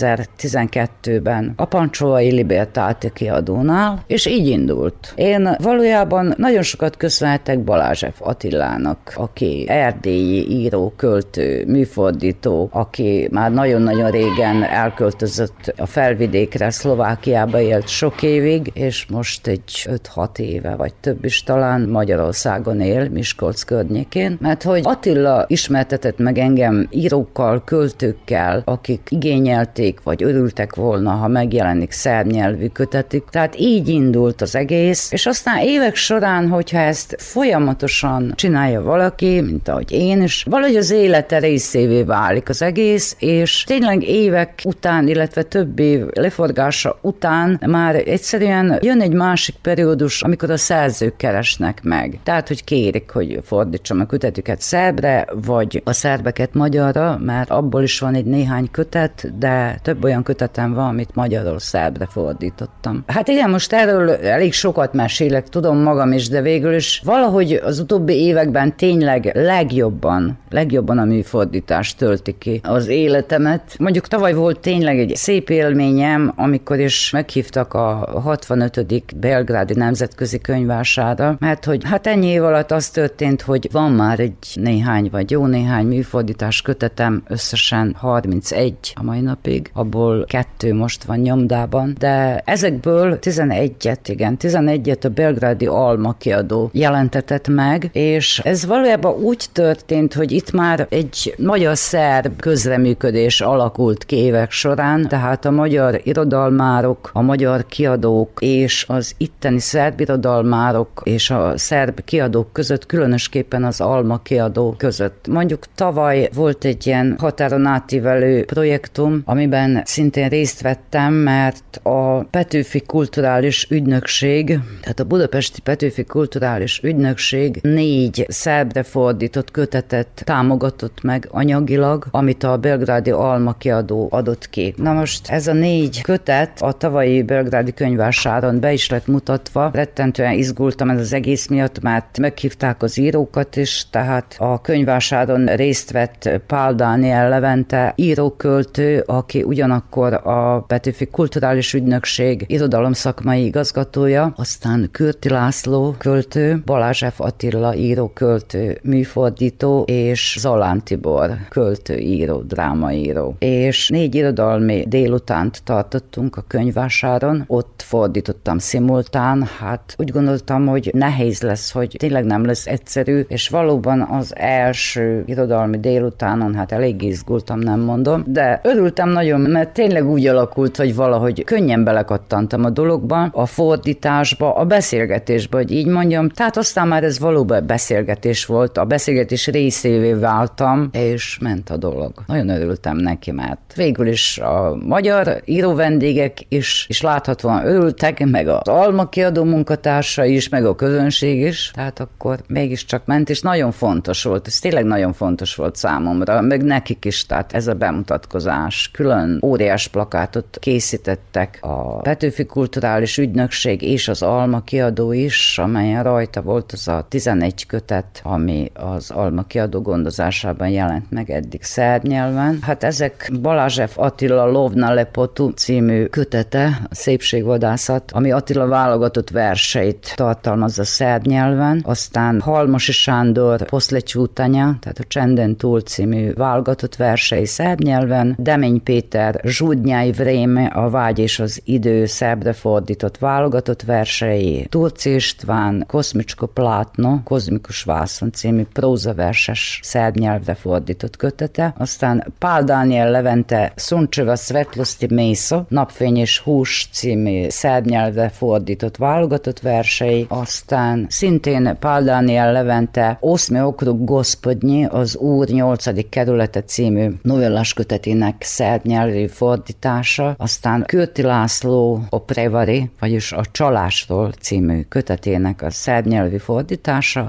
kétezer-tizenkettőben a Pancsóai Libertáte kiadónál, és így indult. Én valójában nagyon sokat köszönhetek Balázs F. Attilának, aki erdélyi író, költő, műfordító, aki már nagyon-nagyon régen elköltözött a felvidékre, Szlovákiába élt sok évig, és most egy öt-hat éve, vagy több is talán Magyarországon él, Miskolc környékén, mert hogy Attila ismertetett meg engem írókkal, költőkkel, akik igényelték, vagy örültek volna, ha megjelenik szerb nyelvű kötetük. Tehát így indult az egész, és aztán évek során, hogyha ezt folyamatosan csinálja valaki, mint ahogy én is, valahogy az élete részévé válik az egész, és tényleg évek után, illetve több év leforgása után már egyszerűen jön egy másik periódus, amikor a szerzők keresnek meg. Tehát, hogy kérik, hogy fordítsam a kötetüket szerbre, vagy a szerbeket magyarra, mert abból is van egy néhány kötet, de több olyan kötetem van, amit magyarról szerbre fordítottam. Hát igen, most erről elég sokat mesélek, tudom magam is, de végül is valahogy az utóbbi években tényleg legjobban, legjobban a műfordítás tölti ki az életemet. Mondjuk tavaly volt tényleg egy szép élményem, amikor is meghívtak a hatvanötödik belgrádi nemzetközi könyvvására, mert hogy hát ennyi év alatt az történt, hogy van már egy néhány, vagy jó néhány műfordítás kötetem, összesen harmincegy a mai napig, abból kettő most van nyomdában, de ezekből tizenegyet, igen, tizenegyet a belgrádi Alma kiadó jelentetett meg, és ez valójában úgy történt, hogy itt már egy magyar-szerb közreműködés alakult ki évek során, tehát a magyar irodalmárok, a magyar kiadók és az itteni szerb irodalmárok és a szerb kiadók között, különösképpen az Alma kiadó között. Mondjuk tavaly volt egy ilyen határon átívelő projektum, amiben szintén részt vettem, mert a Petőfi Kulturális Ügynökség, tehát a Budapesti Petőfi Kulturális Ügynökség négy szerbre fordított kötetet támogatott meg anyagilag, amit a belgrádi Alma kiadó adott ki. Na most ez a négy kötet a tavalyi belgrádi könyvvásáron be is lett mutatva. Rettentően izgultam ez az egész miatt, mert meghívták az írókat is, tehát a könyvvásáron részt vett Pál Dániel Levente íróköltő, aki ugyanakkor a Petőfi Kulturális Ügynökség irodalomszakmai igazgatója, aztán Kürti László költő, Balázs F. Attila író-költő, műfordító, és Zalán Tibor költő, író, drámaíró. És négy irodalmi délutánt tartottunk a könyvvásáron, ott fordítottam szimultán, hát úgy gondoltam, hogy nehéz lesz, hogy tényleg nem lesz egyszerű, és valóban az első irodalmi délutánon, hát elég izgultam, nem mondom, de örültem nagyon, mert tényleg úgy alakult, hogy valahogy könnyen belekattantam a dologba, a fordításba, a beszélgetésbe, hogy így mondjam, tehát aztán már ez valóban beszélgetés volt, a beszélgetés részévé váltam, és ment a dolog. Nagyon örültem neki, mert végül is a magyar író vendégek is, is láthatóan örültek, meg az Alma kiadó munkatársa is, meg a közönség is, tehát akkor mégiscsak ment, és nagyon fontos volt, ez tényleg nagyon fontos volt számomra, meg nekik is, tehát ez a bemutatkozás. Külön óriás plakátot készítettek a Petőfi Kulturális Ügynökség és az Alma kiadó is, amelyen rajta volt az a tizenegy kötet, ami az Alma kiadó gondozásában jelent meg eddig szerb nyelven. Hát ezek Balázs F. Attila Lovna Lepotu című kötete, a Szépségvadászat, ami Attila válogatott verseit tartalmazza szerb nyelven, aztán Halmosi Sándor Poszlecsútanya, tehát a Csenden túl című válogatott versei szerb nyelven, Demény Péter Zsudnyáj Vréme, a Vágy és az idő szerbre fordított válogatott versei, Turci István Koszmicsko Plátno, Kozmikus Vászon című prózaverses szerb nyelvre fordított kötete, aztán Pál Dániel Levente Szuncsöva Svetlosti Mészó, Napfény és hús című szerb nyelvre fordított válogatott versei, aztán szintén Pál Dániel Levente Oszmi okrug Gospodnyi, az Úr nyolcadik kerülete című novellás kötetének szerb nyelvű fordítása, aztán Kürti László a Prevari, vagyis a Csalásról című kötetének a szerb nyelvű fordítása, Halmos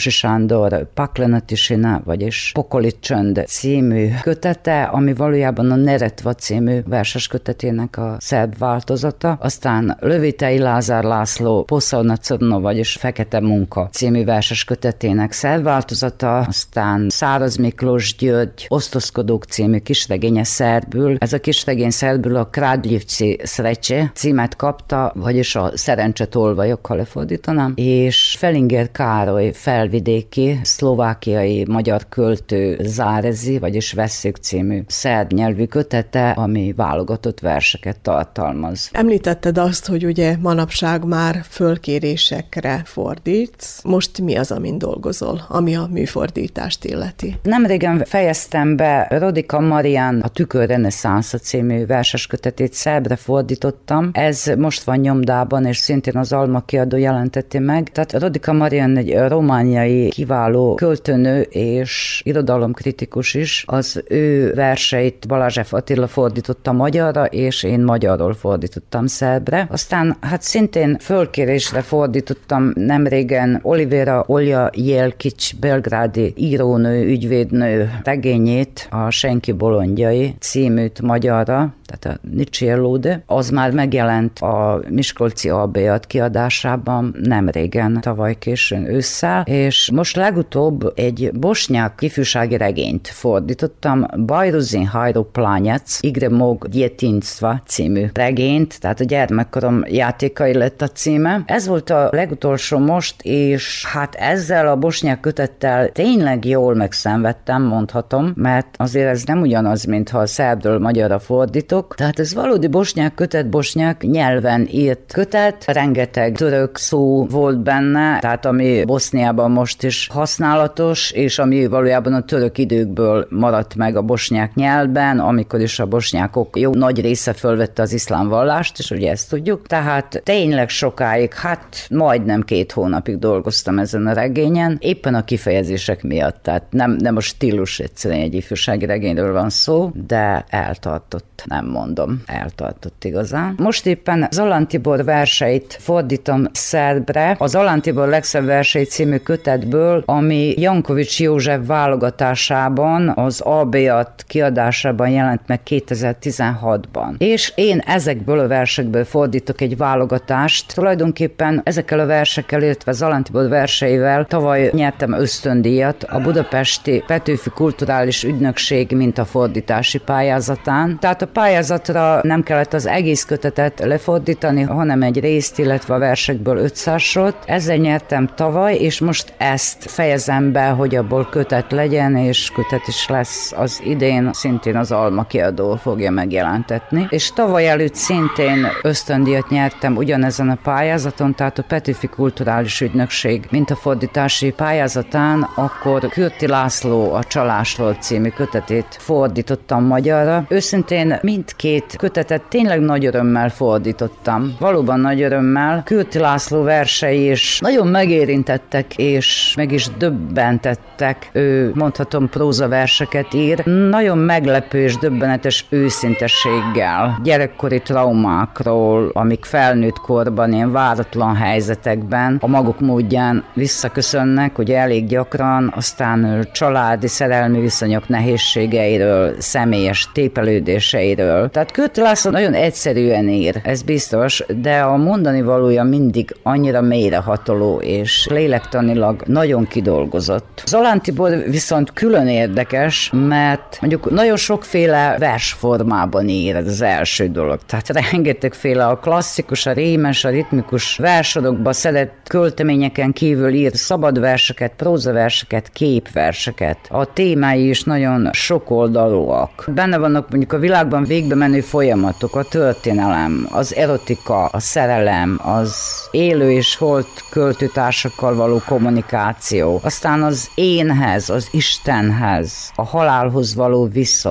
Somosi Sándor Paklenatisina, vagyis Pokolit csönd című kötete, ami valójában a Neretva című verses kötetének a szerb változata. Aztán Lövitei Lázár László Poszalna Crno, vagyis Fekete munka című verses kötetének szerb változata, aztán Száraz Miklós György Osztozkodók című kisregénye szerbül. Ez a kisregény szerbül a Krádljivci Sreće címet kapta, vagyis a szerencse tolvajok, ha lefordítanám, és Felinger Károly felvidéki, szlovákiai magyar költő Zárezi, vagyis Vesszük című szerb nyelvű kötete, ami válogatott verseket tartalmaz. Említetted azt, hogy ugye manapság már fölkérésekre fordítsz. Most mi az, amin dolgozol, ami a műfordítást illeti? Nemrégen fejeztem be Rodika Marian a Tükör reneszánsza című verses kötetét szerbre fordítottam. Ez most van nyomdában, és szintén az Alma kiadó jelenteti meg. Tehát Rodika Marian egy romániai kiváló költőnő és irodalomkritikus is. Az ő verseit Balázs F. Attila fordította magyarra, és én magyarról fordítottam szerbre. Aztán hát szintén fölkérésre fordítottam nemrégen Olivera Olja Jelkics belgrádi írónő, ügyvédnő regényét, a Senki bolondjai címűt magyarra, tehát a Nicsielóde. Az már megjelent a Miskolci Albélyat kiadásában nemrégen, tavaly későn ősszel, és most legutóbb egy bosnyák ifjúsági regényt fordítottam, Bajruzin Hajró Plányac, Igre Mog Djetinstva című regényt, tehát a gyermekkorom játékai lett a címe. Ez volt a legutolsó most, és hát ezzel a bosnyák kötettel tényleg jól megszenvedtem, mondhatom, mert azért ez nem ugyanaz, mintha a szerbről magyarra fordítok. Tehát ez valódi bosnyák kötet, bosnyák nyelven írt kötet, rengeteg török szó volt benne, tehát ami Boszniában most is használatos, és ami valójában a török időkből maradt meg a bosnyák nyelvben, amikor is a bosnyákok jó nagy része fölvette az iszlám vallást, és ugye ezt tudjuk. Tehát tényleg sokáig, hát majdnem két hónapig dolgoztam ezen a regényen, éppen a kifejezések miatt, tehát nem, nem a stílus, egyszerűen egy ifjúsági regényről van szó, de eltartott, nem mondom, eltartott igazán. Most éppen Zalán Tibor verseit fordítom szerbre, az Zalán Tibor legszebb versei című kötetből, ami Jankovics József válogatásában, az Albélyat kiadásában jelent meg kétezer-tizenhatban. És én ezekből a versekből fordítok egy válogatást. Tulajdonképpen ezekkel a versekkel, illetve Zalán Tibor verseivel tavaly nyertem ösztöndíjat a budapesti Petőfi Kulturális Ügynökség mintafordítási pályázatán. Tehát a pályázatra nem kellett az egész kötetet lefordítani, hanem egy részt, illetve a versekből ötszáz sort. Ezzel nyertem tavaly, és most ezt fejezem be, hogy abból kötet legyen, és kötet is lesz az idén, szintén az Alma kiadó fogja megjelentetni. És tavaly előtt szintén ösztöndíjat nyertem ugyanezen a pályázaton, tehát a Petőfi Kulturális Ügynökség mintafordítási pályázatán, akkor Kürti László a Csalásról című kötetét fordítottam magyarra. Őszintén mindkét kötetet tényleg nagy örömmel fordítottam. Valóban nagy örömmel. Kürti László versei is nagyon megérintettek, és meg is döbbentettek. Ő, mondhatom, prózaverseket ír. Nagyon meglepő és döbbenetes őszintességgel. Gyerekkori traumákról, amik felnőtt korban, ilyen váratlan helyzetekben a maguk módján visszaköszönnek, ugye elég gyakran, aztán családi, szerelmi viszonyok nehézségeiről, személyes tépelődéseiről. Tehát Kürti László nagyon egyszerűen ír, ez biztos, de a mondani valója mindig annyira mélyrehatoló és lélektanilag nagyon kidolgozott. Zalán Tibor viszont külön érdekes, mert mondjuk nagyon sokféle versformában ír, ez az első dolog. Tehát rengetegféle a klasszikus, a rémes, a ritmikus versorokba szedett költeményeken kívül ír szabad verseket, prózaverseket, képverseket. A témái is nagyon sokoldalúak. Benne vannak mondjuk a világban végbe menő folyamatok, a történelem, az erotika, a szerelem, az élő és holt költőtársakkal való kommunikáció, aztán az énhez, az Istenhez, a halálhoz való viszony,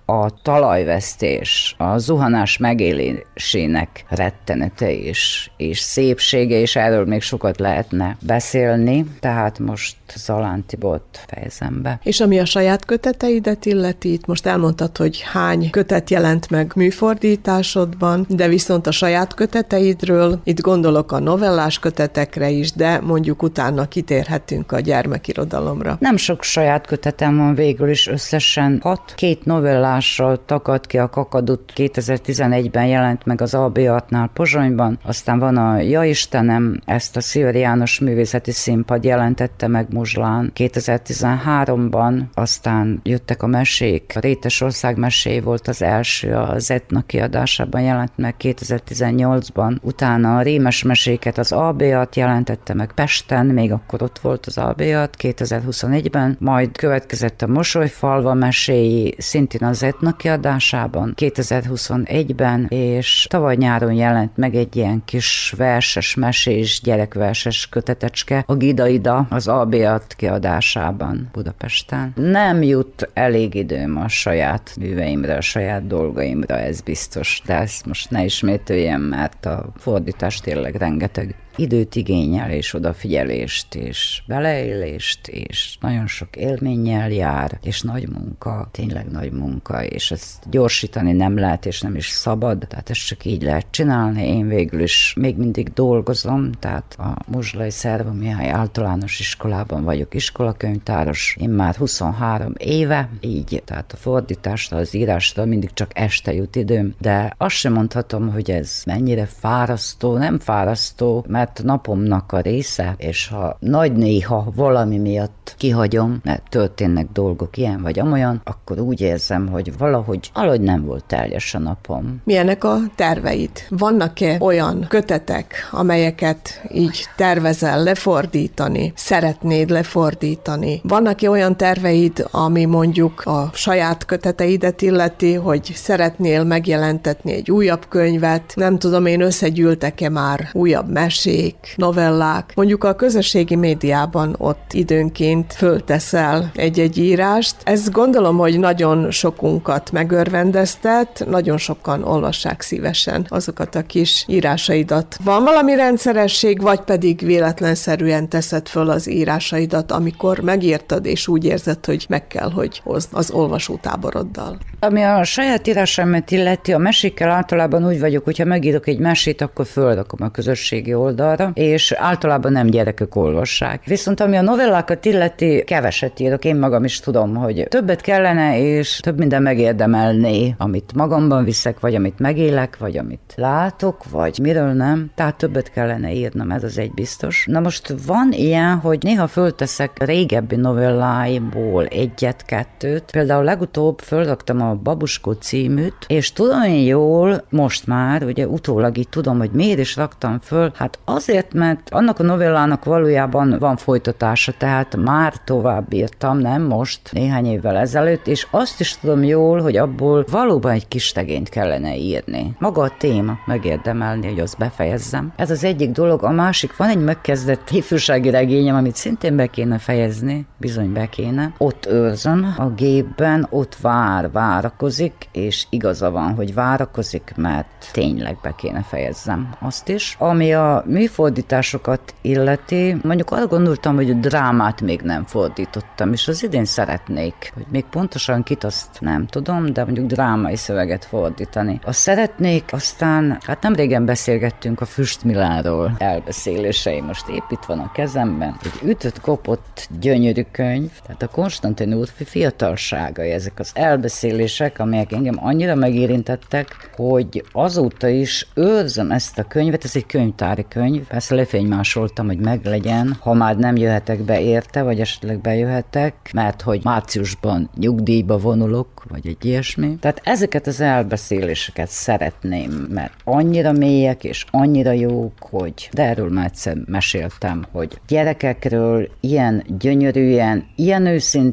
a talajvesztés, a zuhanás megélésének rettenete is, és szépsége, és erről még sokat lehetne beszélni, tehát most Zalán Tibort fejezem be. És ami a saját köteteidet illeti, itt most elmondtad, hogy hány kötet jelent meg műfordításodban, de viszont a saját köteteidről, itt gondolok a novellás kötetekre is, de mondjuk utána kitérhetünk a gyermekirodalomra. Nem sok saját kötetem van végül is, összesen hat. Két novellással takad ki a Kakadut, kétezer-tizenegyben jelent meg az á bé á-nál Pozsonyban, aztán van a Ja Istenem, ezt a Sziveri János Művészeti Színpad jelentette meg Muzslán kétezer-tizenháromban, aztán jöttek a mesék, a Rétesország meséi volt az első, az Etna kiadásában jelent meg kétezer-tizennyolcban, utána a Rémes meséket az á bé á-t jelentette meg Pesten, még akkor ott volt az á bé á kétezer-huszonegyben, majd következett a Mosolyfalva meséi, szintén az Etna kiadásában kétezer-huszonegyben, és tavaly nyáron jelent meg egy ilyen kis verses, mesés, gyerekverses kötetecske, a Gidaida az á bé á kiadásában Budapesten. Nem jut elég időm a saját műveimre, a saját dolgaimra, ez biztos, de ezt most ne ismételjem, mert a fordítás tényleg rengeteg időt igényel, és odafigyelést, és beleélést, és nagyon sok élménnyel jár, és nagy munka, tényleg nagy munka, és ezt gyorsítani nem lehet, és nem is szabad, tehát ezt csak így lehet csinálni. Én végül is még mindig dolgozom, tehát a Muzslai Szerva Mihály Általános Iskolában vagyok iskolakönyvtáros, én már huszonhárom éve, így, tehát a fordításra, az írásra mindig csak este jut időm, de azt sem mondhatom, hogy ez mennyire fárasztó, nem fárasztó, mert napomnak a része, és ha nagy néha valami miatt kihagyom, mert történnek dolgok ilyen vagy amolyan, akkor úgy érzem, hogy valahogy, valahogy nem volt teljes a napom. Milyenek a terveid? Vannak-e olyan kötetek, amelyeket így tervezel lefordítani, szeretnéd lefordítani? Vannak-e olyan terveid, ami mondjuk a saját köteteidet illeti, hogy szeretnél megjelentetni egy újabb könyvet? Nem tudom én, összegyűltek-e már újabb mesék, novellák. Mondjuk a közösségi médiában ott időnként fölteszel egy-egy írást. Ez gondolom, hogy nagyon sokunkat megörvendeztet, nagyon sokan olvassák szívesen azokat a kis írásaidat. Van valami rendszeresség, vagy pedig véletlenszerűen teszed föl az írásaidat, amikor megírtad, és úgy érzed, hogy meg kell, hogy hozd az olvasótáboroddal? Ami a saját írásomat illeti, a mesékkel általában úgy vagyok, hogyha megírok egy mesét, akkor fölrakom a közösségi oldalra, és általában nem gyerekek olvassák. Viszont ami a novellákat illeti, keveset írok, én magam is tudom, hogy többet kellene, és több minden megérdemelné, amit magamban viszek, vagy amit megélek, vagy amit látok, vagy miről nem. Tehát többet kellene írnom, ez az egy biztos. Na most van ilyen, hogy néha fölteszek régebbi novelláimból egyet-kettőt. Például legutóbb fölraktam a Babuskó címűt, és tudom én jól, most már, ugye utólag így tudom, hogy miért is raktam föl, hát azért, mert annak a novellának valójában van folytatása, tehát már tovább írtam, nem most, néhány évvel ezelőtt, és azt is tudom jól, hogy abból valóban egy kis tegényt kellene írni. Maga a téma megérdemelni, hogy azt befejezzem. Ez az egyik dolog, a másik, van egy megkezdett ifjúsági regényem, amit szintén be kéne fejezni, bizony be kéne. Ott őrzöm a gépben, ott vár, várakozik, és igaza van, hogy várakozik, mert tényleg be kéne fejezzem azt is. Ami a műfordításokat illeti, mondjuk arra gondoltam, hogy a drámát még nem fordítottam, és az idén szeretnék, hogy még pontosan kit, azt nem tudom, de mondjuk drámai szöveget fordítani. Azt szeretnék, aztán, hát nem régen beszélgettünk a Füst Milánról, elbeszélései, most épp itt van a kezemben, egy ütött-kopott gyönyörű könyv, tehát a Konstantin úrfi fiatalságai, ezek az elbeszélések, amelyek engem annyira megérintettek, hogy azóta is őrzöm ezt a könyvet, ez egy könyvtári könyv, persze lefénymásoltam, hogy meglegyen, ha már nem jöhetek be érte, vagy esetleg bejöhetek, mert hogy márciusban nyugdíjba vonulok, vagy egy ilyesmi. Tehát ezeket az elbeszéléseket szeretném, mert annyira mélyek és annyira jók, hogy de erről már egyszer meséltem, hogy gyerekekről ilyen gyönyörűen, ilyen őszintén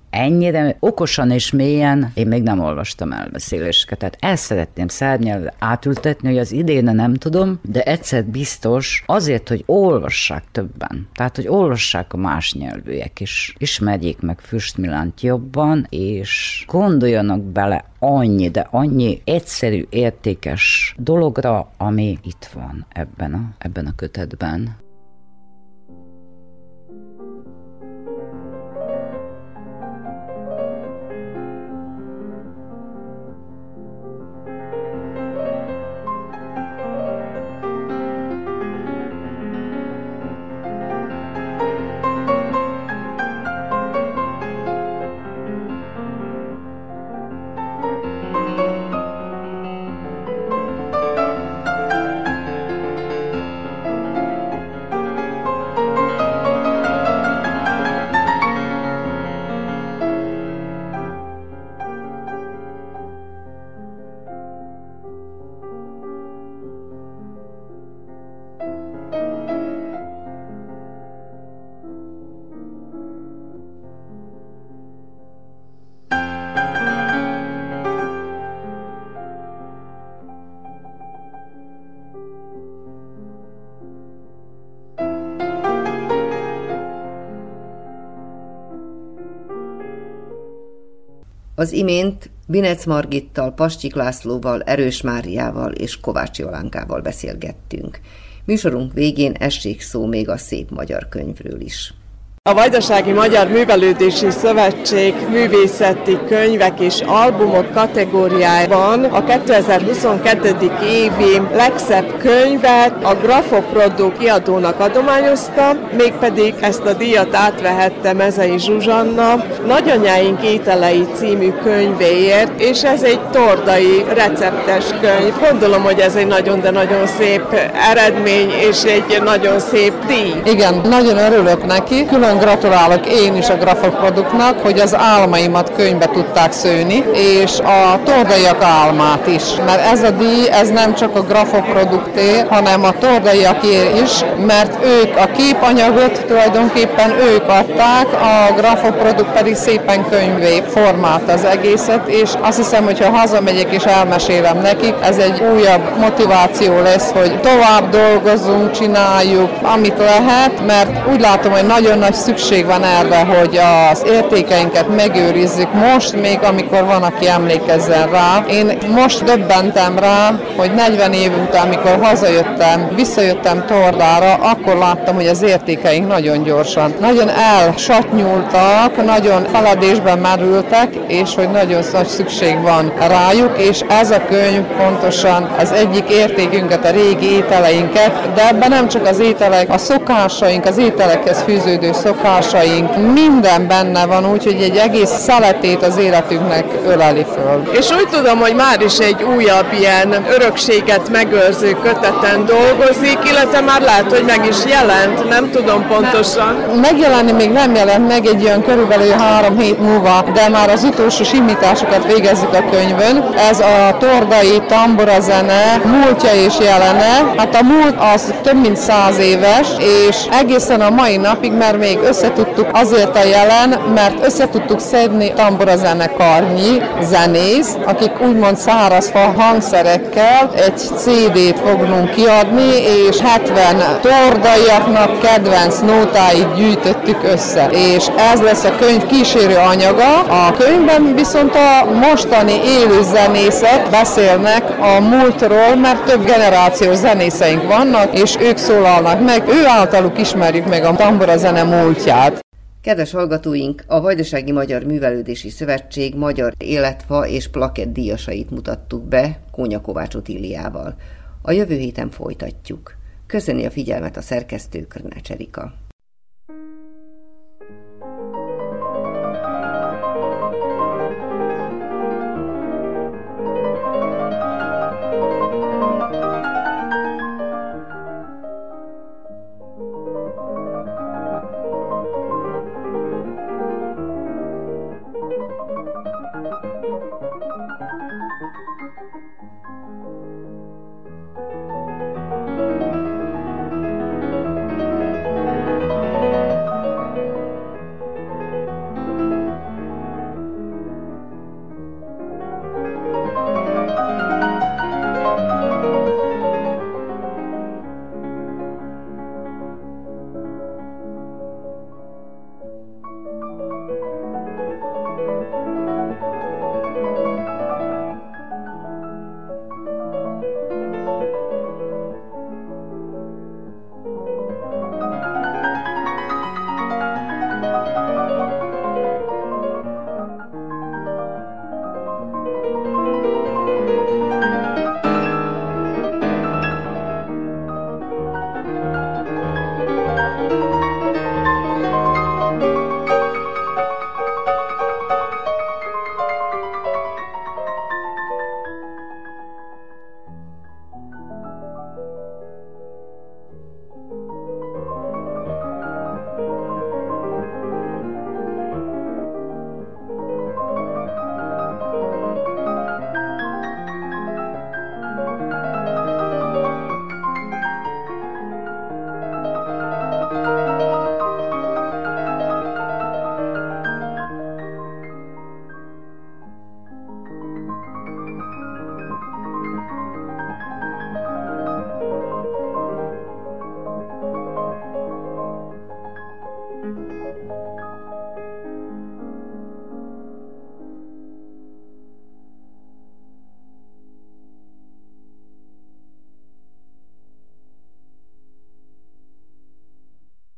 ennyire okosan és mélyen én még nem olvastam elbeszéléseket. Tehát el szeretném szerbnyelvre átültetni, hogy az idéne nem tudom, de egyszer biztos azért, hogy olvassák többen. Tehát, hogy olvassák a más nyelvűek is. Ismerjék meg Fürst Milánt jobban, és gondoljanak bele annyi, de annyi egyszerű, értékes dologra, ami itt van ebben a, ebben a kötetben. Az imént Vinec Margittal, Pascsik Lászlóval, Erős Máriával és Kovács Jolánkával beszélgettünk. Műsorunk végén essék szó még a szép magyar könyvről is. A Vajdasági Magyar Művelődési Szövetség művészeti könyvek és albumok kategóriájában a kétezer-huszonkettő. évi legszebb könyvet a Grafoprodu kiadónak adományozta, mégpedig ezt a díjat átvehette Mezei Zsuzsanna Nagyanyáink ételei című könyvéért, és ez egy tordai receptes könyv. Gondolom, hogy ez egy nagyon, de nagyon szép eredmény, és egy nagyon szép díj. Igen, nagyon örülök neki, külön gratulálok én is a Grafoproduknak, hogy az álmaimat könyvbe tudták szőni, és a tordaiak álmát is. Mert ez a díj, ez nem csak a Grafoprodukté, hanem a tordaiaké is, mert ők a képanyagot tulajdonképpen ők adták, a Grafoproduk pedig szépen könyvé formált az egészet, és azt hiszem, hogy ha hazamegyek és elmesélem nekik, ez egy újabb motiváció lesz, hogy tovább dolgozunk, csináljuk, amit lehet, mert úgy látom, hogy nagyon nagy szükség van erre, hogy az értékeinket megőrizzük most, még amikor van, aki emlékezzen rá. Én most döbbentem rá, hogy negyven év után, amikor hazajöttem, visszajöttem Tordára, akkor láttam, hogy az értékeink nagyon gyorsan, nagyon elsatnyultak, nagyon feledésben merültek, és hogy nagyon nagy szükség van rájuk, és ez a könyv pontosan az egyik értékünket, a régi ételeinket, de ebben nem csak az ételek, a szokásaink, az ételekhez fűződő szokásaink, minden benne van, úgyhogy egy egész szeletét az életünknek öleli föl. És úgy tudom, hogy már is egy újabb ilyen örökséget megőrző köteten dolgozik, illetve már lehet, hogy meg is jelent, nem tudom pontosan. Megjelenni még nem jelent meg, egy olyan körülbelül három hét múlva, de már az utolsó simításokat végezzük a könyvön. Ez a tordai tamborazene múltja és jelene. Hát a múlt az több mint száz éves, és egészen a mai napig, mert még összetudtuk azért a jelen, mert összetudtuk szedni tamborazenekarnyi zenészt, akik úgymond szárazfa hangszerekkel egy cé dét fogunk kiadni, és hetven tordaiaknak kedvenc nótáit gyűjtöttük össze. És ez lesz a könyv kísérő anyaga. A könyvben viszont a mostani élő zenészek beszélnek a múltról, mert több generációs zenészeink vannak, és ők szólalnak meg. Ő általuk ismerjük meg a tamborazene múltját. Kedves hallgatóink, a Vajdasági Magyar Művelődési Szövetség magyar életfa és plakett díjasait mutattuk be Kónya Kovács Otíliával. A jövő héten folytatjuk. Köszöni a figyelmet a szerkesztő, Körnács Erika. Thank you.